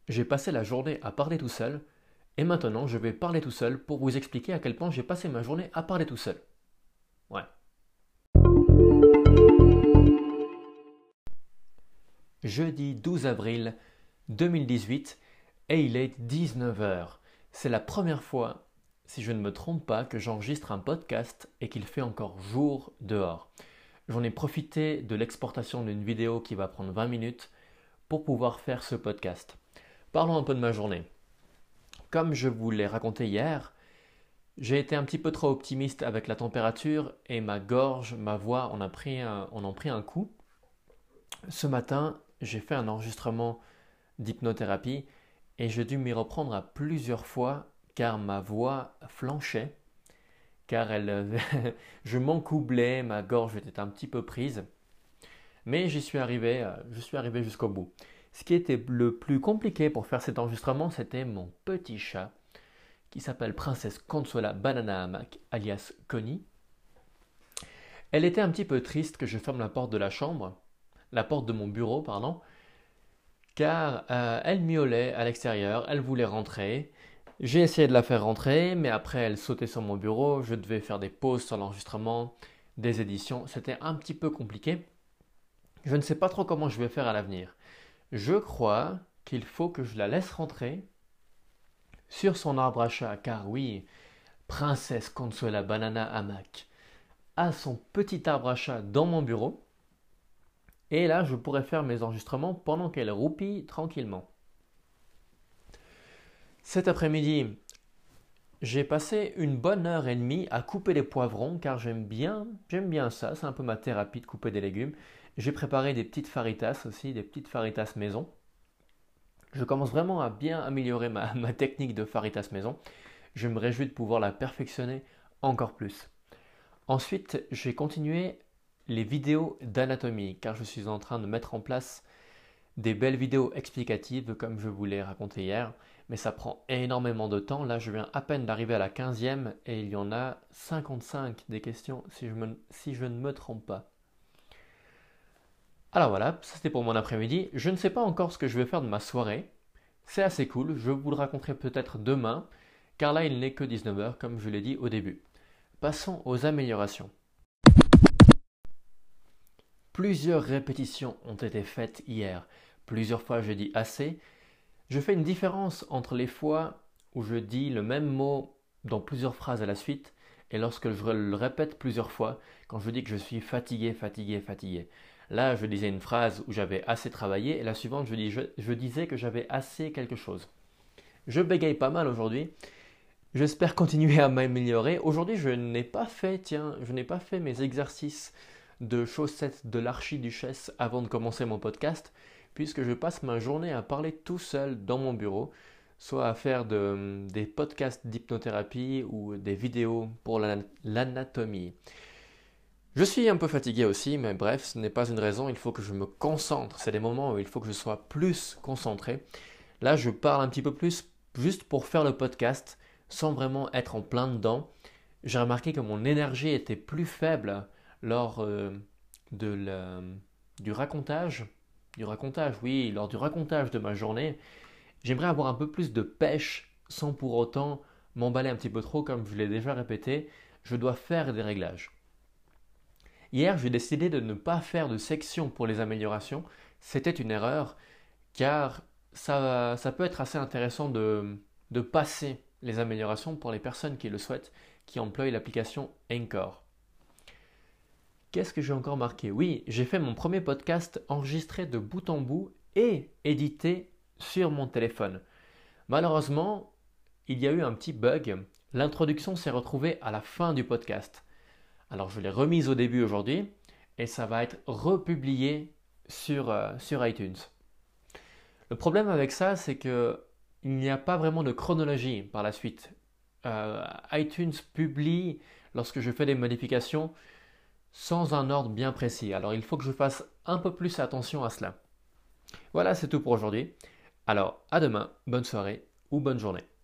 j'ai passé la journée à parler tout seul, et maintenant je vais parler tout seul pour vous expliquer à quel point j'ai passé ma journée à parler tout seul. Ouais. Jeudi 12 avril 2018, et il est 19 heures. C'est la première fois, si je ne me trompe pas, que j'enregistre un podcast et qu'il fait encore jour dehors. J'en ai profité de l'exportation d'une vidéo qui va prendre 20 minutes pour pouvoir faire ce podcast. Parlons un peu de ma journée. Comme je vous l'ai raconté hier, j'ai été un petit peu trop optimiste avec la température et ma gorge, ma voix en ont pris un coup. Ce matin, j'ai fait un enregistrement d'hypnothérapie et j'ai dû m'y reprendre à plusieurs fois car ma voix flanchait, car je m'encoublais, ma gorge était un petit peu prise. Mais je suis arrivé jusqu'au bout. Ce qui était le plus compliqué pour faire cet enregistrement, c'était mon petit chat qui s'appelle Princesse Consuela Banana Hamac, alias Connie. Elle était un petit peu triste que je ferme la porte de la porte de mon bureau, pardon, car elle miaulait à l'extérieur, elle voulait rentrer. J'ai essayé de la faire rentrer, mais après elle sautait sur mon bureau, je devais faire des pauses sur l'enregistrement, des éditions, c'était un petit peu compliqué. Je ne sais pas trop comment je vais faire à l'avenir. Je crois qu'il faut que je la laisse rentrer sur son arbre à chat, car oui, Princesse Consuela Banana Hamac a son petit arbre à chat dans mon bureau. Et là, je pourrais faire mes enregistrements pendant qu'elle roupille tranquillement. Cet après-midi, j'ai passé une bonne heure et demie à couper des poivrons car j'aime bien ça, c'est un peu ma thérapie de couper des légumes. J'ai préparé des petites faritas aussi, des petites faritas maison. Je commence vraiment à bien améliorer ma technique de faritas maison. Je me réjouis de pouvoir la perfectionner encore plus. Ensuite, j'ai continué les vidéos d'anatomie car je suis en train de mettre en place des belles vidéos explicatives comme je vous l'ai raconté hier, mais ça prend énormément de temps. Là, je viens à peine d'arriver à la 15e et il y en a 55 des questions si je ne me trompe pas. Alors voilà, ça c'était pour mon après-midi. Je ne sais pas encore ce que je vais faire de ma soirée. C'est assez cool, je vous le raconterai peut-être demain, car là il n'est que 19 heures comme je l'ai dit au début. Passons aux améliorations. Plusieurs répétitions ont été faites hier. Plusieurs fois je dis assez. Je fais une différence entre les fois où je dis le même mot dans plusieurs phrases à la suite et lorsque je le répète plusieurs fois quand je dis que je suis fatigué, fatigué, fatigué. Là, je disais une phrase où j'avais assez travaillé et la suivante, je disais que j'avais assez quelque chose. Je bégaye pas mal aujourd'hui. J'espère continuer à m'améliorer. Aujourd'hui, je n'ai pas fait mes exercices de chaussettes de l'archiduchesse avant de commencer mon podcast, puisque je passe ma journée à parler tout seul dans mon bureau, soit à faire des podcasts d'hypnothérapie ou des vidéos pour l'anatomie. Je suis un peu fatigué aussi, mais bref, ce n'est pas une raison, il faut que je me concentre. C'est des moments où il faut que je sois plus concentré. Là, je parle un petit peu plus juste pour faire le podcast, sans vraiment être en plein dedans. J'ai remarqué que mon énergie était plus faible lors du racontage. Lors du racontage de ma journée. J'aimerais avoir un peu plus de pêche sans pour autant m'emballer un petit peu trop, comme je l'ai déjà répété. Je dois faire des réglages. Hier, j'ai décidé de ne pas faire de section pour les améliorations. C'était une erreur, car ça peut être assez intéressant de passer les améliorations pour les personnes qui le souhaitent, qui emploient l'application Anchor. Qu'est-ce que j'ai encore marqué? Oui, j'ai fait mon premier podcast enregistré de bout en bout et édité sur mon téléphone. Malheureusement, il y a eu un petit bug. L'introduction s'est retrouvée à la fin du podcast. Alors je l'ai remise au début aujourd'hui et ça va être republié sur iTunes. Le problème avec ça, c'est que il n'y a pas vraiment de chronologie par la suite. iTunes publie lorsque je fais des modifications sans un ordre bien précis. Alors il faut que je fasse un peu plus attention à cela. Voilà, c'est tout pour aujourd'hui. Alors à demain, bonne soirée ou bonne journée.